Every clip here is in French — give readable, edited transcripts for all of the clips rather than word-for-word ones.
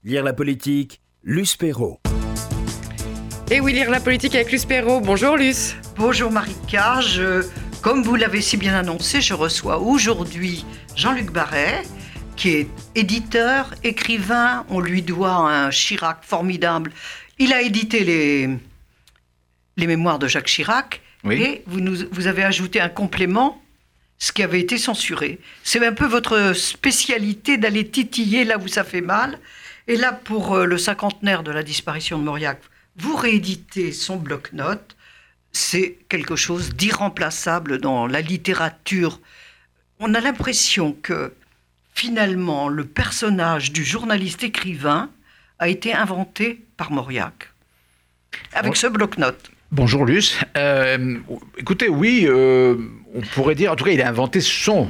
Lire la politique, Luce Perrault. Et oui, lire la politique avec Luce Perrault. Bonjour Luce. Bonjour Marika, comme vous l'avez si bien annoncé, je reçois aujourd'hui Jean-Luc Barret, qui est éditeur, écrivain, on lui doit un Chirac formidable. Il a édité les mémoires de Jacques Chirac, oui. Et vous avez ajouté un complément, ce qui avait été censuré. C'est un peu votre spécialité d'aller titiller là où ça fait mal. Et là, pour le cinquantenaire de la disparition de Mauriac, vous rééditez son bloc-notes. C'est quelque chose d'irremplaçable dans la littérature. On a l'impression que, finalement, le personnage du journaliste-écrivain a été inventé par Mauriac, avec ce bloc-notes. Bonjour Luce. Écoutez, oui, on pourrait dire, en tout cas, il a inventé son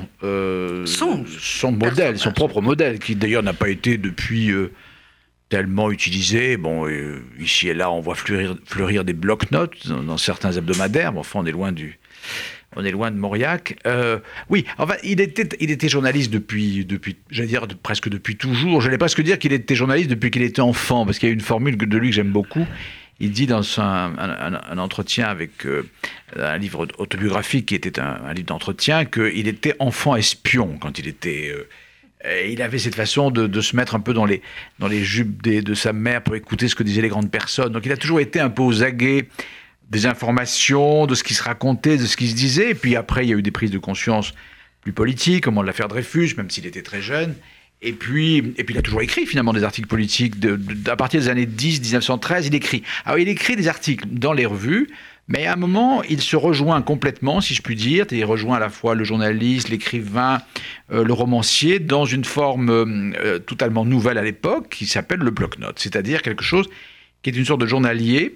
modèle, son propre modèle, qui d'ailleurs n'a pas été depuis tellement utilisé. Bon, ici et là, on voit fleurir des bloc-notes dans certains hebdomadaires. Bon, enfin, on est loin de Mauriac. Oui, enfin, il était journaliste depuis, j'allais dire presque depuis toujours. Je n'allais presque dire qu'il était journaliste depuis qu'il était enfant, parce qu'il y a une formule de lui que j'aime beaucoup. Il dit dans un entretien avec un livre autobiographique qui était un livre d'entretien qu'il était enfant espion quand il était... il avait cette façon de se mettre un peu dans les jupes de sa mère pour écouter ce que disaient les grandes personnes. Donc il a toujours été un peu aux aguets des informations, de ce qui se racontait, de ce qui se disait. Et puis après, il y a eu des prises de conscience plus politiques, comme l'affaire Dreyfus, même s'il était très jeune. Et puis il a toujours écrit finalement des articles politiques. À partir des années 1913, il écrit. Alors il écrit des articles dans les revues, mais à un moment, il se rejoint complètement, si je puis dire. Il rejoint à la fois le journaliste, l'écrivain, le romancier, dans une forme totalement nouvelle à l'époque, qui s'appelle le bloc-notes. C'est-à-dire quelque chose qui est une sorte de journalier,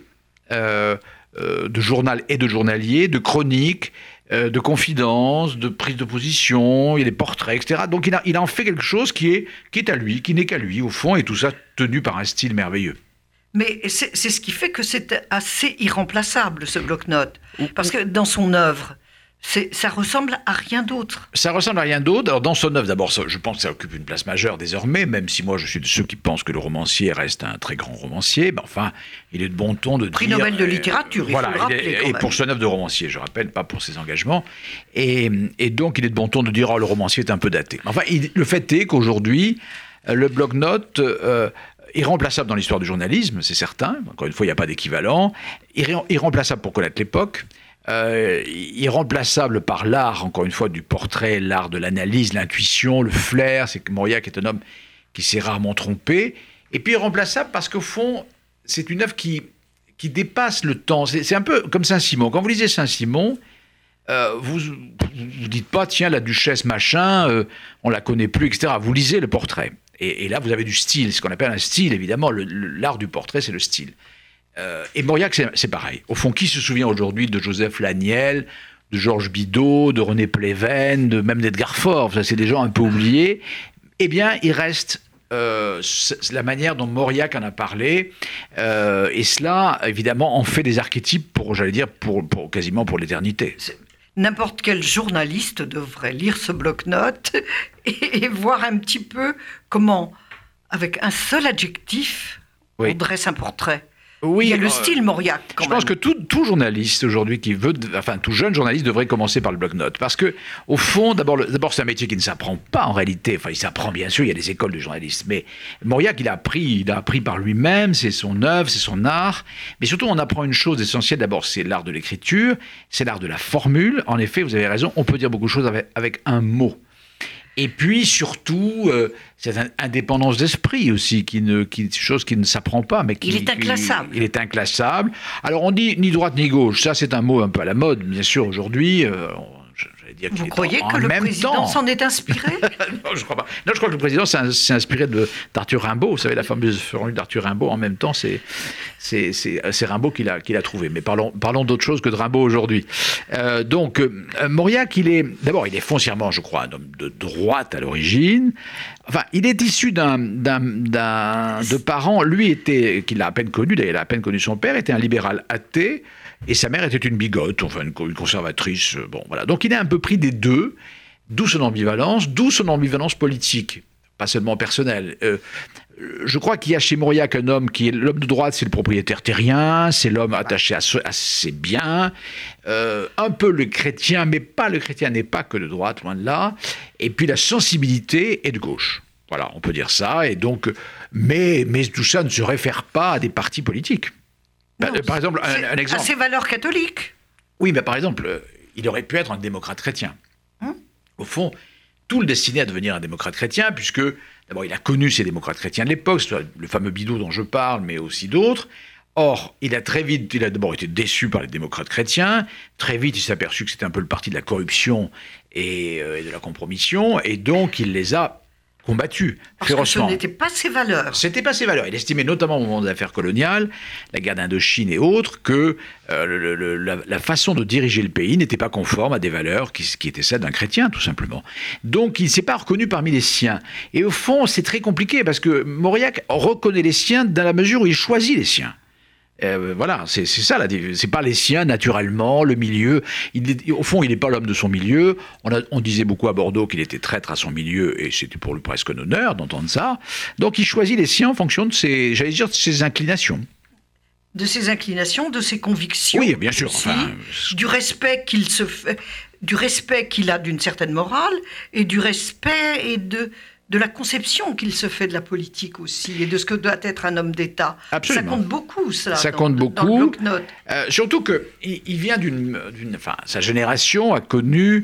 de journal et de journalier, de chronique, de confidence, de prise de position, il y a des portraits, etc. Donc il en fait quelque chose qui est à lui, qui n'est qu'à lui, au fond, et tout ça tenu par un style merveilleux. Mais c'est ce qui fait que c'est assez irremplaçable, ce bloc-notes. Parce que dans son œuvre, ça ressemble à rien d'autre. Ça ressemble à rien d'autre. Alors dans son œuvre, d'abord, je pense que ça occupe une place majeure désormais, même si moi je suis de ceux qui pensent que le romancier reste un très grand romancier. Ben, enfin, il est de bon ton de Prix dire... Nobel de littérature, voilà, il faut le rappeler. Et pour son œuvre de romancier, je rappelle, pas pour ses engagements. Et donc il est de bon ton de dire « Oh, le romancier est un peu daté ». Enfin, le fait est qu'aujourd'hui, le bloc-notes... irremplaçable dans l'histoire du journalisme, c'est certain. Encore une fois, il n'y a pas d'équivalent. Irremplaçable pour connaître l'époque. Irremplaçable par l'art, encore une fois, du portrait, l'art de l'analyse, l'intuition, le flair. C'est que Mauriac est un homme qui s'est rarement trompé. Et puis irremplaçable parce qu'au fond, c'est une œuvre qui dépasse le temps. C'est un peu comme Saint-Simon. Quand vous lisez Saint-Simon, vous dites pas, tiens, la duchesse machin, on la connaît plus, etc. Vous lisez le portrait. Et là, vous avez du style, ce qu'on appelle un style, évidemment. L'art du portrait, c'est le style. Et Mauriac, c'est pareil. Au fond, qui se souvient aujourd'hui de Joseph Laniel, de Georges Bidault, de René Pleven, même d'Edgar Faure? Ça, c'est des gens un peu oubliés. Eh bien, il reste la manière dont Mauriac en a parlé. Et cela, évidemment, en fait des archétypes quasiment pour l'éternité. N'importe quel journaliste devrait lire ce bloc-notes et voir un petit peu comment, avec un seul adjectif, on dresse un portrait. Oui, il y a le style Mauriac, quand même. Je pense que tout journaliste aujourd'hui tout jeune journaliste devrait commencer par le bloc-notes. Parce que, au fond, d'abord, c'est un métier qui ne s'apprend pas en réalité. Enfin, il s'apprend bien sûr, il y a des écoles de journalisme. Mais Mauriac, il a appris par lui-même, c'est son œuvre, c'est son art. Mais surtout, on apprend une chose essentielle. D'abord, c'est l'art de l'écriture, c'est l'art de la formule. En effet, vous avez raison, on peut dire beaucoup de choses avec un mot. Et puis surtout, cette indépendance d'esprit aussi, chose qui ne s'apprend pas, mais il est inclassable. Il est inclassable. Alors on dit ni droite ni gauche, ça c'est un mot un peu à la mode, bien sûr aujourd'hui. Dire Vous croyez que le président s'en est inspiré? Non, je crois pas. Non, je crois que le président s'est inspiré d'Arthur Rimbaud. Vous savez, la fameuse formule d'Arthur Rimbaud. En même temps, c'est Rimbaud qui l'a trouvé. Mais parlons d'autre chose que de Rimbaud aujourd'hui. Donc, Mauriac, il est foncièrement, je crois, un homme de droite à l'origine. Enfin, il est issu de parents. Lui qu'il a à peine connu. D'ailleurs, il a à peine connu son père. Était un libéral athée. Et sa mère était une bigote, enfin une conservatrice. Bon, voilà. Donc il est un peu pris des deux, d'où son ambivalence politique, pas seulement personnelle. je crois qu'il y a chez Mauriac un homme qui est l'homme de droite, c'est le propriétaire terrien, c'est l'homme attaché à ses biens, un peu le chrétien, mais pas le chrétien n'est pas que de droite, loin de là. Et puis la sensibilité est de gauche. Voilà, on peut dire ça. Et donc, mais tout ça ne se réfère pas à des partis politiques. Non, par exemple, un exemple. À ses valeurs catholiques. Oui, mais par exemple, il aurait pu être un démocrate chrétien. Au fond, tout le destiné à devenir un démocrate chrétien, puisque d'abord il a connu ces démocrates chrétiens de l'époque, le fameux Bidault dont je parle, mais aussi d'autres. Or, il a d'abord été déçu par les démocrates chrétiens. Très vite, il s'est aperçu que c'était un peu le parti de la corruption et de la compromission, et donc il les a combattus férocement. Parce que ce n'était pas ses valeurs. C'était pas ses valeurs. Il estimait notamment au moment des affaires coloniales, la guerre d'Indochine et autres, que la façon de diriger le pays n'était pas conforme à des valeurs qui étaient celles d'un chrétien, tout simplement. Donc il ne s'est pas reconnu parmi les siens. Et au fond, c'est très compliqué, parce que Mauriac reconnaît les siens dans la mesure où il choisit les siens. Voilà, c'est ça, c'est pas les siens naturellement, le milieu. Au fond, il n'est pas l'homme de son milieu. On disait beaucoup à Bordeaux qu'il était traître à son milieu, et c'était pour lui presque un honneur d'entendre ça. Donc il choisit les siens en fonction de ses inclinations. De ses inclinations, de ses convictions. Oui, bien sûr. Aussi, du respect qu'il a d'une certaine morale, et du respect et de la conception qu'il se fait de la politique aussi, et de ce que doit être un homme d'État. Absolument. Ça compte beaucoup, cela. Ça compte beaucoup. Dans le bloc-notes. Surtout qu'il vient sa génération a connu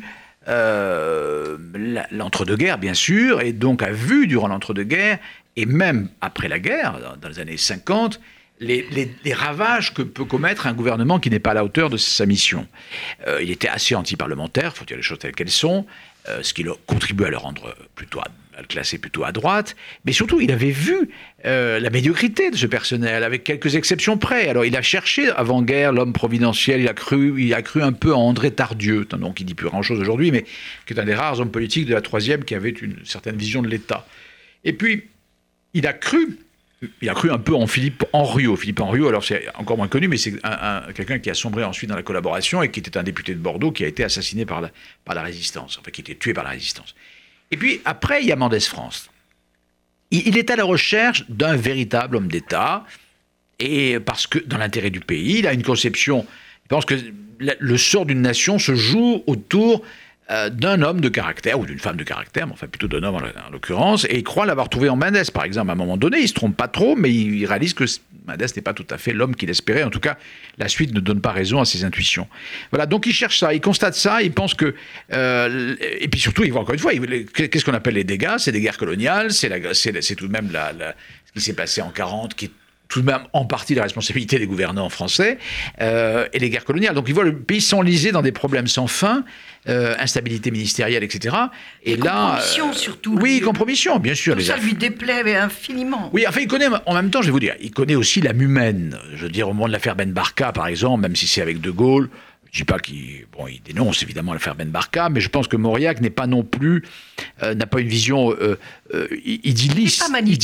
l'entre-deux-guerres, bien sûr, et donc a vu durant l'entre-deux-guerres, et même après la guerre, dans les années 50, les ravages que peut commettre un gouvernement qui n'est pas à la hauteur de sa mission. Il était assez anti-parlementaire, il faut dire les choses telles qu'elles sont, ce qui contribue à le rendre à le classer plutôt à droite, mais surtout il avait vu la médiocrité de ce personnel, avec quelques exceptions près. Alors il a cherché avant-guerre l'homme providentiel, il a cru un peu en André Tardieu, donc il dit plus grand-chose aujourd'hui, mais qui est un des rares hommes politiques de la troisième qui avait une certaine vision de l'État. Et puis il a cru un peu en Philippe Henriot. Philippe Henriot, alors c'est encore moins connu, mais c'est quelqu'un qui a sombré ensuite dans la collaboration et qui était un député de Bordeaux qui a été assassiné par la résistance, enfin qui a été tué par la résistance. Et puis après, il y a Mendès France. Il est à la recherche d'un véritable homme d'État, et parce que dans l'intérêt du pays, il a une conception. Il pense que le sort d'une nation se joue autour d'un homme de caractère, ou d'une femme de caractère, mais enfin plutôt d'un homme en l'occurrence, et il croit l'avoir trouvé en Mendès, par exemple, à un moment donné. Il ne se trompe pas trop, mais il réalise que Mendès n'est pas tout à fait l'homme qu'il espérait. En tout cas, la suite ne donne pas raison à ses intuitions. Voilà, donc il cherche ça, il constate ça, il pense que... et puis surtout, il voit encore une fois, qu'est-ce qu'on appelle les dégâts? C'est des guerres coloniales, c'est tout de même ce qui s'est passé en 40, qui est tout de même en partie la responsabilité des gouvernants français, et les guerres coloniales. Donc il voit le pays s'enliser dans des problèmes sans fin, instabilité ministérielle, etc. Et là, compromission surtout. Oui, compromission, bien sûr. Tout ça lui déplaît infiniment. Oui, enfin, il connaît, en même temps, je vais vous dire, il connaît aussi l'âme humaine. Je veux dire, au moment de l'affaire Ben Barka, par exemple, même si c'est avec De Gaulle, je ne dis pas qu'il dénonce évidemment l'affaire Ben Barka, mais je pense que Mauriac n'est pas non plus, n'a pas une vision idyllique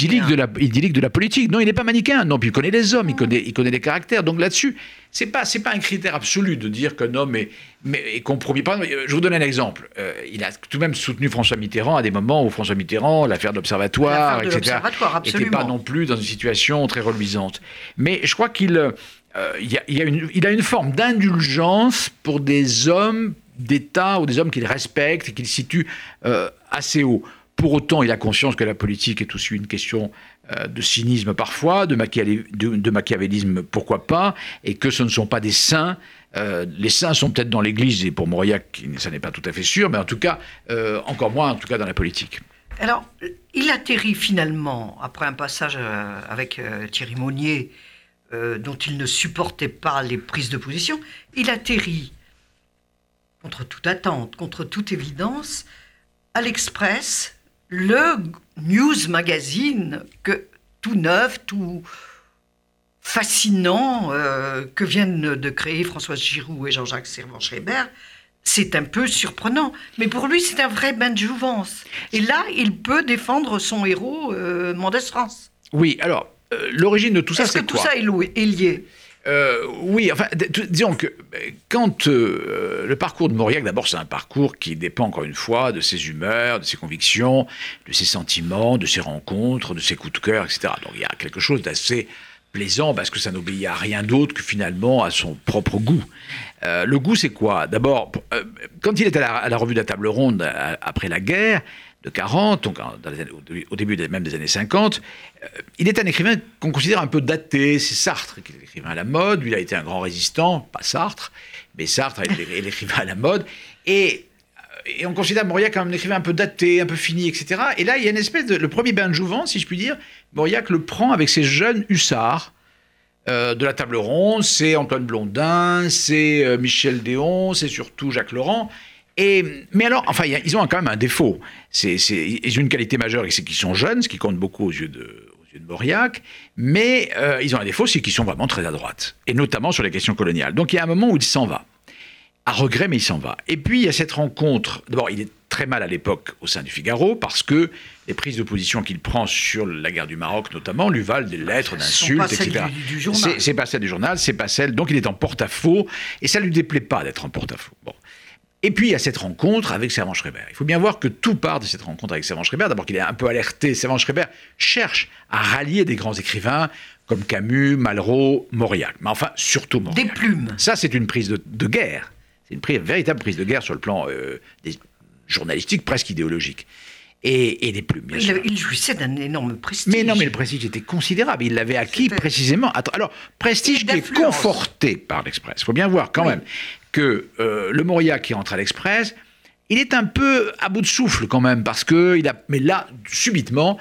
de la politique. Non, il n'est pas manichéen. Non, puis il connaît les hommes, il connaît les caractères. Donc là-dessus, c'est pas un critère absolu de dire qu'un homme est compromis. Par exemple, je vous donne un exemple. Il a tout de même soutenu François Mitterrand à des moments où François Mitterrand, l'affaire de l'Observatoire, etc., n'était pas non plus dans une situation très reluisante. Mais je crois qu'il il a une forme d'indulgence pour des hommes d'État ou des hommes qu'il respecte et qu'il situe assez haut. Pour autant, il a conscience que la politique est aussi une question de cynisme parfois, de machiavélisme pourquoi pas, et que ce ne sont pas des saints. Les saints sont peut-être dans l'Église, et pour Mauriac, ça n'est pas tout à fait sûr, mais en tout cas, encore moins en tout cas dans la politique. Alors, il atterrit finalement, après un passage avec Thierry Monnier, dont il ne supportait pas les prises de position, il atterrit, contre toute attente, contre toute évidence, à l'Express, le news magazine tout neuf, tout fascinant, que viennent de créer Françoise Giroud et Jean-Jacques Servan-Schreiber. C'est un peu surprenant, mais pour lui, c'est un vrai bain de jouvence. Et là, il peut défendre son héros, Mendès France. Oui, alors... l'origine de tout ça, c'est quoi ? Est-ce que tout ça est lié ? Oui, enfin, disons que quand le parcours de Mauriac, d'abord, c'est un parcours qui dépend, encore une fois, de ses humeurs, de ses convictions, de ses sentiments, de ses rencontres, de ses coups de cœur, etc. Donc il y a quelque chose d'assez plaisant parce que ça n'obéit à rien d'autre que finalement à son propre goût. Le goût, c'est quoi? D'abord, quand il est à la revue de la Table Ronde après la guerre de 40, donc au début même des années 50, il est un écrivain qu'on considère un peu daté. C'est Sartre qui est l'écrivain à la mode. Lui, il a été un grand résistant, pas Sartre, mais Sartre est l'écrivain à la mode. Et on considère Mauriac comme un écrivain un peu daté, un peu fini, etc. Et là, il y a une espèce de... Le premier bain de jouvence, si je puis dire, Mauriac le prend avec ces jeunes hussards de la Table Ronde. C'est Antoine Blondin, c'est Michel Déon, c'est surtout Jacques Laurent. Mais alors, enfin, ils ont quand même un défaut. Ils ont une qualité majeure, c'est qu'ils sont jeunes, ce qui compte beaucoup aux yeux de Mauriac, mais ils ont un défaut, c'est qu'ils sont vraiment très à droite, et notamment sur les questions coloniales. Donc il y a un moment où il s'en va. À regret, mais il s'en va. Et puis il y a cette rencontre. D'abord, il est très mal à l'époque au sein du Figaro, parce que les prises de position qu'il prend sur la guerre du Maroc, notamment, lui valent des lettres d'insultes, etc. C'est pas celle du journal, c'est pas celle. Donc il est en porte-à-faux, et ça lui déplaît pas d'être en porte-à-faux. Bon. Et puis, il y a cette rencontre avec Servan-Schreiber. Il faut bien voir que tout part de cette rencontre avec Servan-Schreiber. D'abord qu'il est un peu alerté. Servan-Schreiber cherche à rallier des grands écrivains comme Camus, Malraux, Mauriac. Mais enfin, surtout Mauriac. Des plumes. Ça, c'est une prise de guerre. C'est une véritable prise de guerre sur le plan journalistique, presque idéologique. Et des plumes, bien sûr. Il jouissait d'un énorme prestige. Mais non, mais le prestige était considérable. Il l'avait acquis précisément. Alors, prestige qui est conforté par l'Express. Il faut bien voir quand même que le Mauriac qui rentre à l'Express, il est un peu à bout de souffle quand même, parce que mais là, subitement,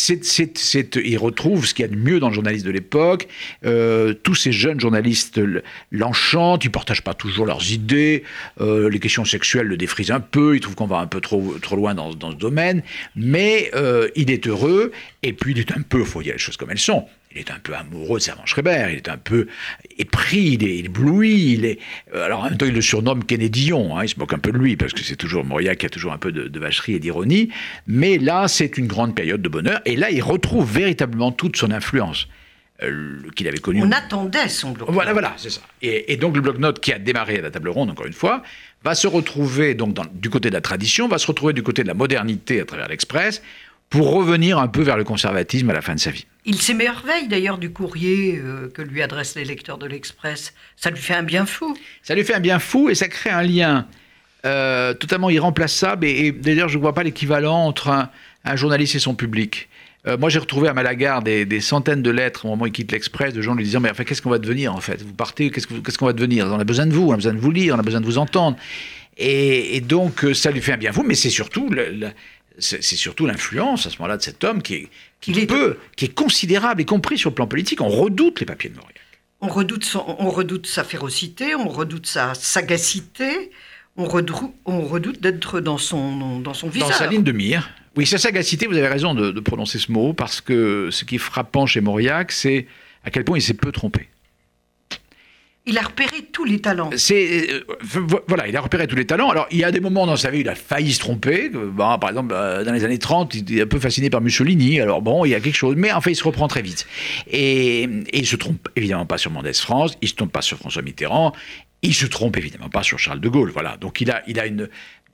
il retrouve ce qu'il y a de mieux dans le journalisme de l'époque. Tous ces jeunes journalistes l'enchantent, ils ne partagent pas toujours leurs idées, les questions sexuelles le défrisent un peu, ils trouvent qu'on va un peu trop loin dans ce domaine, mais il est heureux, et puis il est un peu, il faut dire les choses comme elles sont, il est un peu amoureux de Servan-Schreiber, il est un peu épris, il est ébloui, alors en même temps il le surnomme Kennedyon, il se moque un peu de lui, parce que c'est toujours Mauriac qui a toujours un peu de vacherie et d'ironie, mais là c'est une grande période de bonheur, et là il retrouve véritablement toute son influence qu'il avait connue. On attendait son bloc-notes. Voilà, c'est ça. Et donc le bloc-notes qui a démarré à la Table Ronde, encore une fois, va se retrouver donc du côté de la tradition, va se retrouver du côté de la modernité à travers l'Express, pour revenir un peu vers le conservatisme à la fin de sa vie. Il s'émerveille d'ailleurs du courrier que lui adressent les lecteurs de l'Express. Ça lui fait un bien fou. Ça lui fait un bien fou et ça crée un lien totalement irremplaçable. Et d'ailleurs, je ne vois pas l'équivalent entre un journaliste et son public. Moi, j'ai retrouvé à Malagar des centaines de lettres au moment où il quitte l'Express, de gens lui disant « Mais enfin, qu'est-ce qu'on va devenir en fait? Vous partez, qu'est-ce qu'on va devenir? On a besoin de vous, on a besoin de vous lire, on a besoin de vous entendre. » Et donc, ça lui fait un bien fou, mais c'est surtout l'influence à ce moment-là de cet homme qui est considérable, y compris sur le plan politique. On redoute les papiers de Mauriac. On redoute sa férocité, on redoute sa sagacité, on redoute d'être dans son visage. Dans sa ligne de mire. Oui, sa sagacité, vous avez raison de prononcer ce mot, parce que ce qui est frappant chez Mauriac, c'est à quel point il s'est peu trompé. Il a repéré tous les talents. Voilà, il a repéré tous les talents. Alors, il y a des moments dans sa vie où il a failli se tromper. Par exemple, dans les années 30, il est un peu fasciné par Mussolini. Alors bon, il y a quelque chose. Mais en fait, il se reprend très vite. Et il ne se trompe évidemment pas sur Mendès France. Il ne se trompe pas sur François Mitterrand. Il ne se trompe évidemment pas sur Charles de Gaulle. Voilà. Donc, il a une...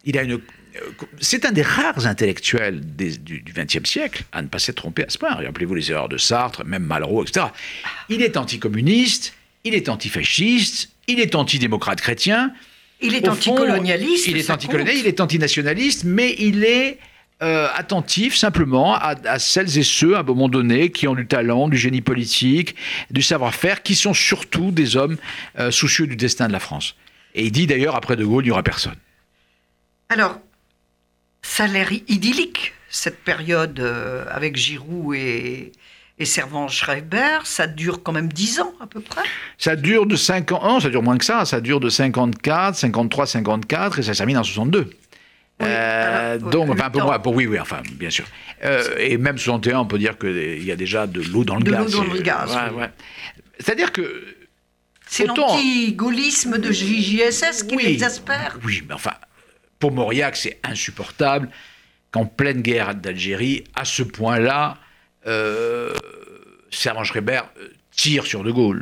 C'est un des rares intellectuels du XXe siècle à ne pas s'être trompé à ce point. Rappelez-vous les erreurs de Sartre, même Malraux, etc. Il est anticommuniste. Il est antifasciste, il est antidémocrate chrétien. Il est anticolonialiste. Il est anticolonialiste, il est antinationaliste, mais il est attentif simplement à celles et ceux, à un moment donné, qui ont du talent, du génie politique, du savoir-faire, qui sont surtout des hommes soucieux du destin de la France. Et il dit d'ailleurs, après De Gaulle, il n'y aura personne. Alors, ça a l'air idyllique, cette période avec Giroud et Servan-Schreiber, ça dure quand même 10 ans à peu près. Ça dure de 5 ans, non, ça dure moins que ça dure de 54, 53, 54 et ça se termine en 62. Oui, donc, enfin, enfin, bien sûr. Et même 61, on peut dire qu'il y a déjà de l'eau dans le gaz. De l'eau dans le gaz, oui. C'est-à-dire que... C'est l'anti-gaullisme de JJSS qui l'exaspère. Oui, mais enfin, pour Mauriac, c'est insupportable qu'en pleine guerre d'Algérie, à ce point-là, Servan-Schreiber tire sur De Gaulle.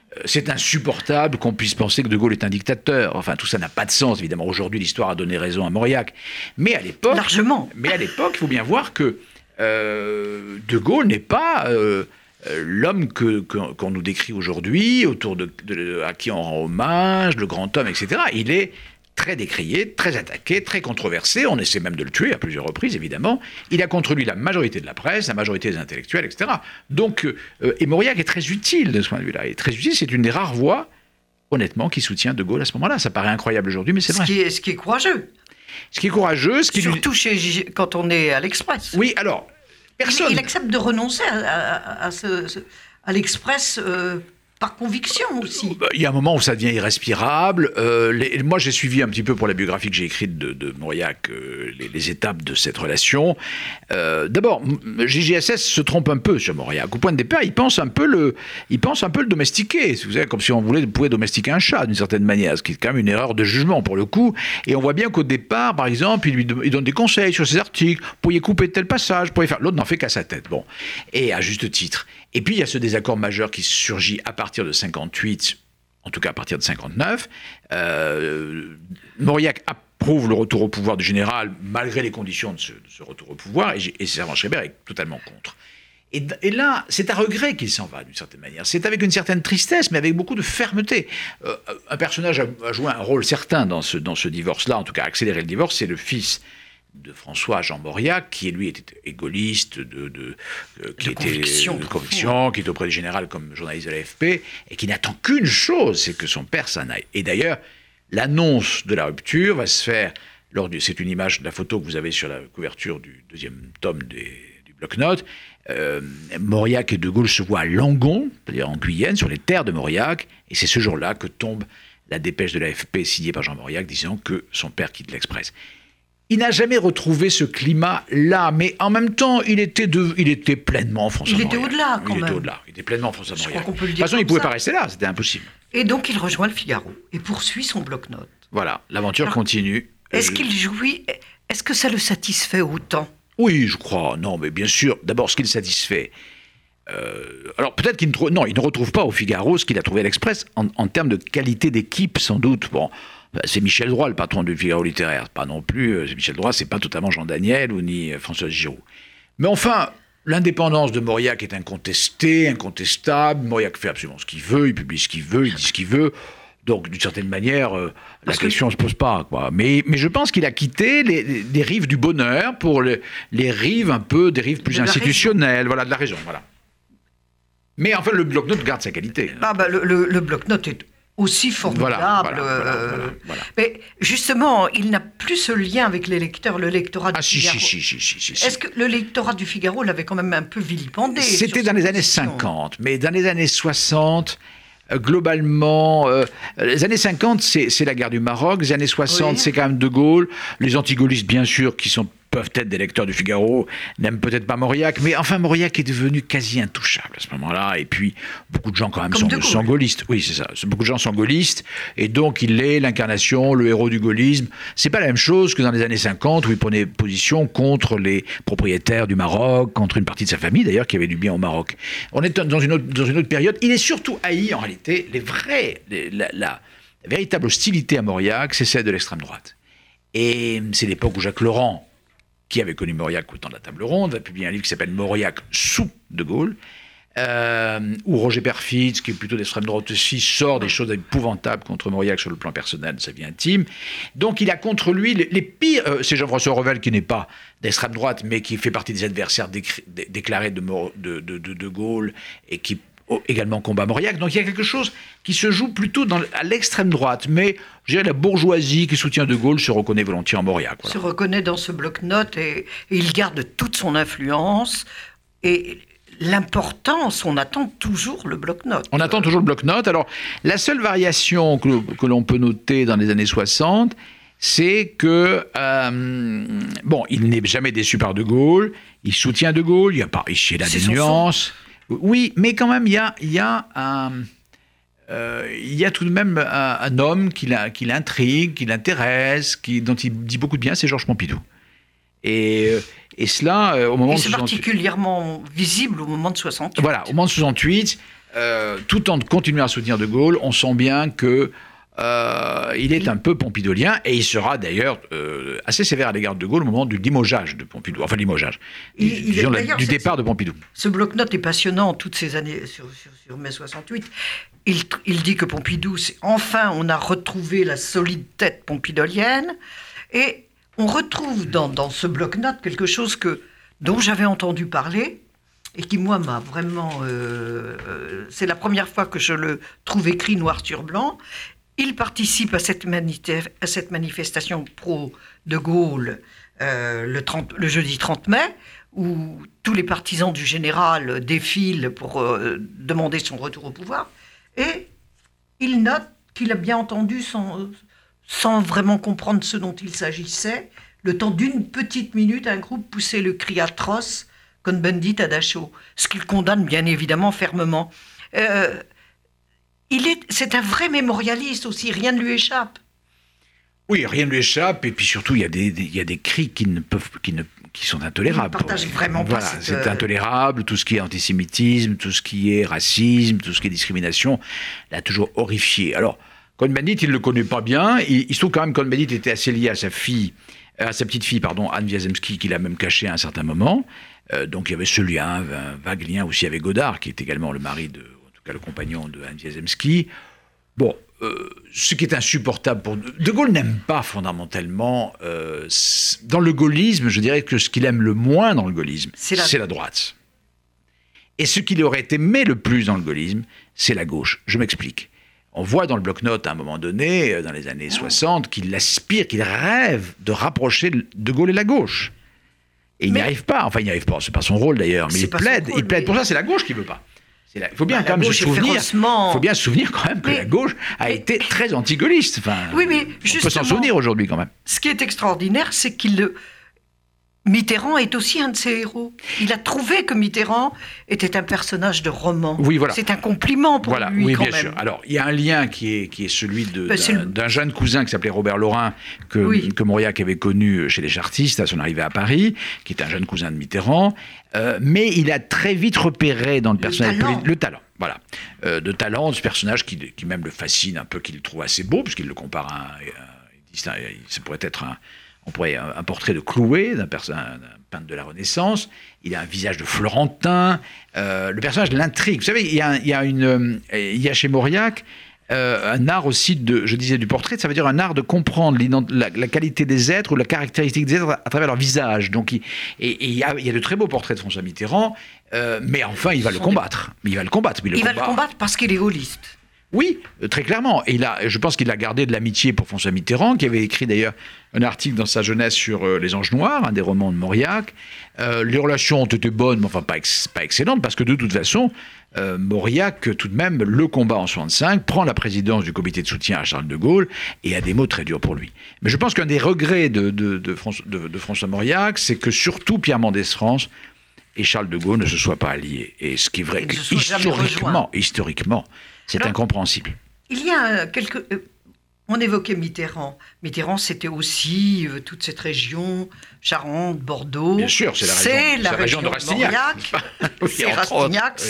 c'est insupportable qu'on puisse penser que De Gaulle est un dictateur. Enfin, tout ça n'a pas de sens. Évidemment, aujourd'hui, l'histoire a donné raison à Mauriac. Mais à l'époque... Largement. Mais à l'époque, il faut bien voir que De Gaulle n'est pas l'homme qu'on nous décrit aujourd'hui, à qui on rend hommage, le grand homme, etc. Il est très décrié, très attaqué, très controversé. On essaie même de le tuer à plusieurs reprises, évidemment. Il a contre lui la majorité de la presse, la majorité des intellectuels, etc. Donc, et Mauriac est très utile de ce point de vue-là. Il est très utile, c'est une des rares voix, honnêtement, qui soutient De Gaulle à ce moment-là. Ça paraît incroyable aujourd'hui, mais c'est vrai. Ce qui est courageux. Ce qui est courageux, surtout quand on est à l'Express. Oui, alors, personne... Il accepte de renoncer à l'Express... par conviction aussi. Il y a un moment où ça devient irrespirable. Moi, j'ai suivi un petit peu pour la biographie que j'ai écrite de Mauriac, les étapes de cette relation. D'abord, JJSS se trompe un peu sur Mauriac. Au point de départ, il pense un peu le domestiquer. Vous savez, comme si on pouvait domestiquer un chat d'une certaine manière, ce qui est quand même une erreur de jugement pour le coup. Et on voit bien qu'au départ, par exemple, il donne des conseils sur ses articles. Vous pourriez couper tel passage, vous pourriez faire. L'autre n'en fait qu'à sa tête. Bon, et à juste titre. Et puis, il y a ce désaccord majeur qui surgit à partir de 58, en tout cas à partir de 59. Mauriac approuve le retour au pouvoir du général, malgré les conditions de ce retour au pouvoir, et Servan-Schreiber est totalement contre. Et là, c'est à regret qu'il s'en va, d'une certaine manière. C'est avec une certaine tristesse, mais avec beaucoup de fermeté. Un personnage a joué un rôle certain dans ce divorce-là, en tout cas accéléré le divorce, c'est le fils de François Jean Mauriac, qui lui était égoliste, qui était de conviction, qui était auprès du général comme journaliste de l'AFP, et qui n'attend qu'une chose, c'est que son père s'en aille. Et d'ailleurs, l'annonce de la rupture va se faire c'est une image de la photo que vous avez sur la couverture du deuxième tome du bloc-notes. Mauriac et De Gaulle se voient à Langon, c'est-à-dire en Guyenne, sur les terres de Mauriac, et c'est ce jour-là que tombe la dépêche de l'AFP signée par Jean Mauriac disant que son père quitte l'Express. Il n'a jamais retrouvé ce climat-là, mais en même temps, il était pleinement François Mauriac. Il était au-delà, quand même. Il était pleinement François Mauriac. Je crois qu'on peut le dire. De toute façon, il ne pouvait pas rester là, c'était impossible. Et donc, il rejoint le Figaro et poursuit son bloc-notes. Voilà, l'aventure continue. Est-ce qu'il jouit? Est-ce que ça le satisfait autant? Oui, je crois. Non, mais bien sûr. D'abord, ce qui le satisfait. Alors, peut-être qu'il ne retrouve pas au Figaro ce qu'il a trouvé à l'Express en termes de qualité d'équipe, sans doute. Bon. C'est Michel Droit, le patron du Figaro littéraire. Pas non plus. Michel Droit, c'est pas totalement Jean Daniel ou ni François Giroud. Mais enfin, l'indépendance de Mauriac est incontestée, incontestable. Mauriac fait absolument ce qu'il veut, il publie ce qu'il veut, il dit ce qu'il veut. Donc, d'une certaine manière, la question ne se pose pas, quoi. Mais je pense qu'il a quitté les rives du bonheur pour les rives un peu, des rives plus institutionnelles, voilà, de la raison, voilà. Mais enfin, le bloc-notes garde sa qualité. Le bloc-notes est aussi formidable. Voilà. Mais justement, il n'a plus ce lien avec les lecteurs, le lectorat du Figaro. Si. Est-ce que le lectorat du Figaro l'avait quand même un peu vilipendé? C'était dans les années 50, mais dans les années 60... globalement, les années 50, c'est la guerre du Maroc. Les années 60, c'est quand même De Gaulle. Les anti-gaullistes, bien sûr, qui peuvent être des lecteurs du Figaro, n'aiment peut-être pas Mauriac. Mais enfin, Mauriac est devenu quasi intouchable à ce moment-là. Et puis, beaucoup de gens, quand même, sont gaullistes. Oui, c'est ça. Beaucoup de gens sont gaullistes. Et donc, il est l'incarnation, le héros du gaullisme. C'est pas la même chose que dans les années 50, où il prenait position contre les propriétaires du Maroc, contre une partie de sa famille, d'ailleurs, qui avait du bien au Maroc. On est dans une autre période. Il est surtout haï, en réalité, la véritable hostilité à Mauriac, c'est celle de l'extrême droite. Et c'est l'époque où Jacques Laurent, qui avait connu Mauriac au temps de la table ronde, va publier un livre qui s'appelle Mauriac sous De Gaulle, où Roger Perfitz, qui est plutôt d'extrême droite aussi, sort des choses épouvantables contre Mauriac sur le plan personnel de sa vie intime. Donc il a contre lui les pires... c'est Jean-François Revel, qui n'est pas d'extrême droite, mais qui fait partie des adversaires déclarés de Gaulle, et qui également combat Mauriac. Donc il y a quelque chose qui se joue plutôt à l'extrême droite, mais je dirais la bourgeoisie qui soutient De Gaulle se reconnaît volontiers en Mauriac. Voilà. Se reconnaît dans ce bloc-notes et il garde toute son influence et l'importance, on attend toujours le bloc-notes. On attend toujours le bloc-notes. Alors la seule variation que l'on peut noter dans les années 60, c'est que, il n'est jamais déçu par De Gaulle, il soutient De Gaulle, il y a par ici et là des nuances. Oui, mais quand même, il y a tout de même un homme qui l'intrigue, qui l'intéresse, dont il dit beaucoup de bien, c'est Georges Pompidou. Et cela, au moment de 68... c'est particulièrement visible au moment de 68. Voilà, au moment de 68, tout en continuant à soutenir De Gaulle, on sent bien que il est un peu pompidolien, et il sera d'ailleurs assez sévère à l'égard de Gaulle au moment du limogeage de Pompidou. Enfin, limogeage. Du départ de Pompidou. Ce bloc-notes est passionnant toutes ces années sur mai 68. Il dit que Pompidou, enfin, on a retrouvé la solide tête pompidolienne, et on retrouve dans ce bloc-notes quelque chose dont j'avais entendu parler, et qui, moi, m'a vraiment... c'est la première fois que je le trouve écrit noir sur blanc. Il participe à cette manifestation pro-De Gaulle le jeudi 30 mai, où tous les partisans du général défilent pour demander son retour au pouvoir. Et il note qu'il a bien entendu, sans vraiment comprendre ce dont il s'agissait, le temps d'une petite minute, un groupe poussait le cri atroce « Cohn-Bendit à Dachau », ce qu'il condamne bien évidemment fermement. C'est un vrai mémorialiste aussi, rien ne lui échappe. Oui, rien ne lui échappe, et puis surtout, il y a des cris qui sont intolérables. Il ne partage vraiment pas cette... C'est intolérable, tout ce qui est antisémitisme, tout ce qui est racisme, tout ce qui est discrimination, l'a toujours horrifié. Alors, Cohn-Bendit, il ne le connaît pas bien, il se trouve quand même que Cohn-Bendit était assez lié à sa petite fille, Anne Wiazemski, qu'il a même cachée à un certain moment. Donc il y avait ce lien, un vague lien aussi avec Godard, qui est également le mari en tout cas le compagnon de Anne Wiazemski. Bon, ce qui est insupportable pour... De Gaulle n'aime pas fondamentalement... dans le gaullisme, je dirais que ce qu'il aime le moins dans le gaullisme, c'est la droite. Et ce qu'il aurait aimé le plus dans le gaullisme, c'est la gauche. Je m'explique. On voit dans le bloc-notes à un moment donné, dans les années 60, qu'il aspire, qu'il rêve de rapprocher De Gaulle et la gauche. Et il n'y arrive pas. Enfin, il n'y arrive pas. C'est pas son rôle d'ailleurs. Mais il plaide pour ça. C'est la gauche qui veut pas. Il faut bien quand même se souvenir. Il faut bien se souvenir quand même que la gauche a été très anti-gaulliste. Enfin, oui, mais on peut s'en souvenir aujourd'hui quand même. Ce qui est extraordinaire, c'est Mitterrand est aussi un de ses héros. Il a trouvé que Mitterrand était un personnage de roman. Oui, voilà. C'est un compliment pour lui, oui, quand bien même. Sûr. Alors, il y a un lien qui est celui d'un jeune cousin qui s'appelait Robert Lorrain, que Mauriac avait connu chez les chartistes à son arrivée à Paris, qui est un jeune cousin de Mitterrand. Mais il a très vite repéré dans le personnage le talent. Voilà. De talent, ce personnage qui même le fascine un peu, qu'il le trouve assez beau, puisqu'il le compare à ça pourrait être un portrait de Clouet, d'un peintre de la Renaissance. Il a un visage de Florentin. Le personnage l'intrigue. Vous savez, il y a chez Mauriac un art aussi, du portrait, ça veut dire un art de comprendre la qualité des êtres ou la caractéristique des êtres à travers leur visage. Donc, il y a de très beaux portraits de François Mitterrand, mais enfin, il va le combattre. Il va le combattre parce qu'il est gaulliste. Oui, très clairement. Et je pense qu'il a gardé de l'amitié pour François Mitterrand, qui avait écrit d'ailleurs un article dans sa jeunesse sur Les Anges Noirs, un des romans de Mauriac. Les relations ont été bonnes, mais enfin pas excellentes, parce que de toute façon, Mauriac, tout de même, le combat en 1965, prend la présidence du comité de soutien à Charles de Gaulle et a des mots très durs pour lui. Mais je pense qu'un des regrets de François Mauriac, c'est que surtout Pierre Mendès France et Charles de Gaulle ne se soient pas alliés. Et ce qui est vrai, historiquement, c'est incompréhensible. Il y a on évoquait Mitterrand. Mitterrand, c'était aussi toute cette région, Charente, Bordeaux. Bien sûr, c'est la région de Rastignac. C'est Rastignac,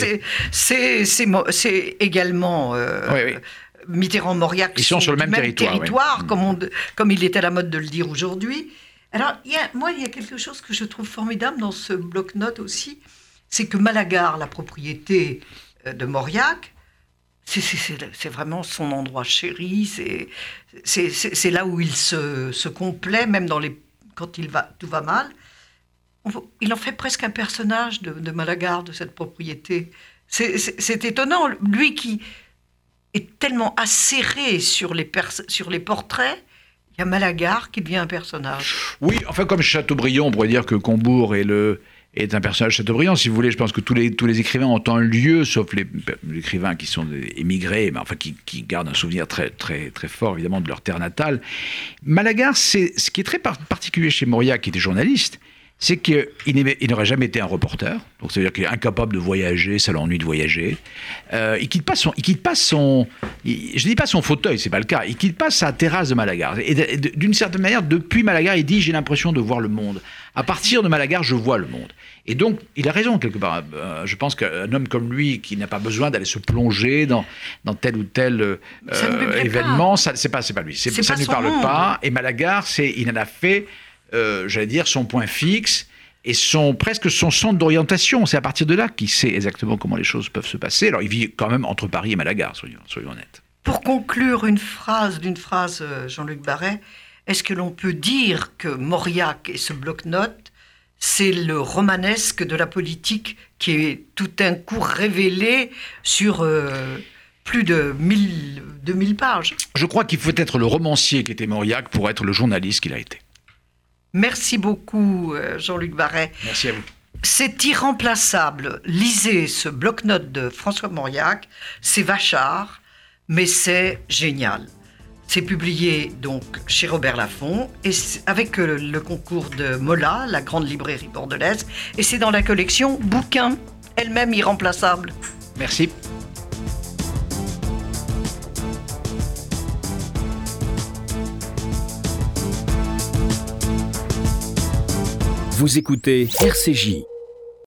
c'est également Mitterrand-Mauriac. Ils sont sur le même territoire, comme il est à la mode de le dire aujourd'hui. Alors, il y a quelque chose que je trouve formidable dans ce bloc-notes aussi, c'est que Malagar, la propriété de Mauriac, c'est vraiment son endroit chéri, c'est là où il se complaît, même quand tout va mal. Il en fait presque un personnage de Malagar, de cette propriété. C'est étonnant, lui qui est tellement acéré sur les portraits, il y a Malagar qui devient un personnage. Oui, enfin comme Chateaubriand, on pourrait dire que Combourg est un personnage Chateaubriand, si vous voulez. Je pense que tous les écrivains ont un lieu, sauf les écrivains qui sont émigrés, mais enfin qui gardent un souvenir très, très, très fort, évidemment, de leur terre natale. Malagar, ce qui est très particulier chez Mauriac, qui était journaliste, c'est qu'il n'aurait jamais été un reporter. Donc, ça veut dire qu'il est incapable de voyager, ça l'ennuie de voyager. Il quitte pas son, je dis pas son fauteuil, c'est pas le cas. Il quitte pas sa terrasse de Malaga. Et d'une certaine manière, depuis Malaga, il dit j'ai l'impression de voir le monde. À partir de Malaga, je vois le monde. Et donc, il a raison quelque part. Je pense qu'un homme comme lui, qui n'a pas besoin d'aller se plonger dans tel ou tel événement, c'est pas lui. Ça ne lui parle pas. Et Malaga, il en a fait, j'allais dire, son point fixe et presque son centre d'orientation. C'est à partir de là qu'il sait exactement comment les choses peuvent se passer. Alors, il vit quand même entre Paris et Malaga, soyons honnêtes. Pour conclure d'une phrase, Jean-Luc Barret, est-ce que l'on peut dire que Mauriac et ce bloc-notes, c'est le romanesque de la politique qui est tout d'un coup révélé sur plus de 2000 pages? Je crois qu'il faut être le romancier qui était Mauriac pour être le journaliste qu'il a été. Merci beaucoup, Jean-Luc Barret. Merci à vous. C'est irremplaçable. Lisez ce bloc-notes de François Mauriac. C'est vachard, mais c'est génial. C'est publié donc chez Robert Laffont et avec le concours de Mola, la grande librairie bordelaise, et c'est dans la collection Bouquins, elle-même irremplaçable. Merci. Vous écoutez RCJ.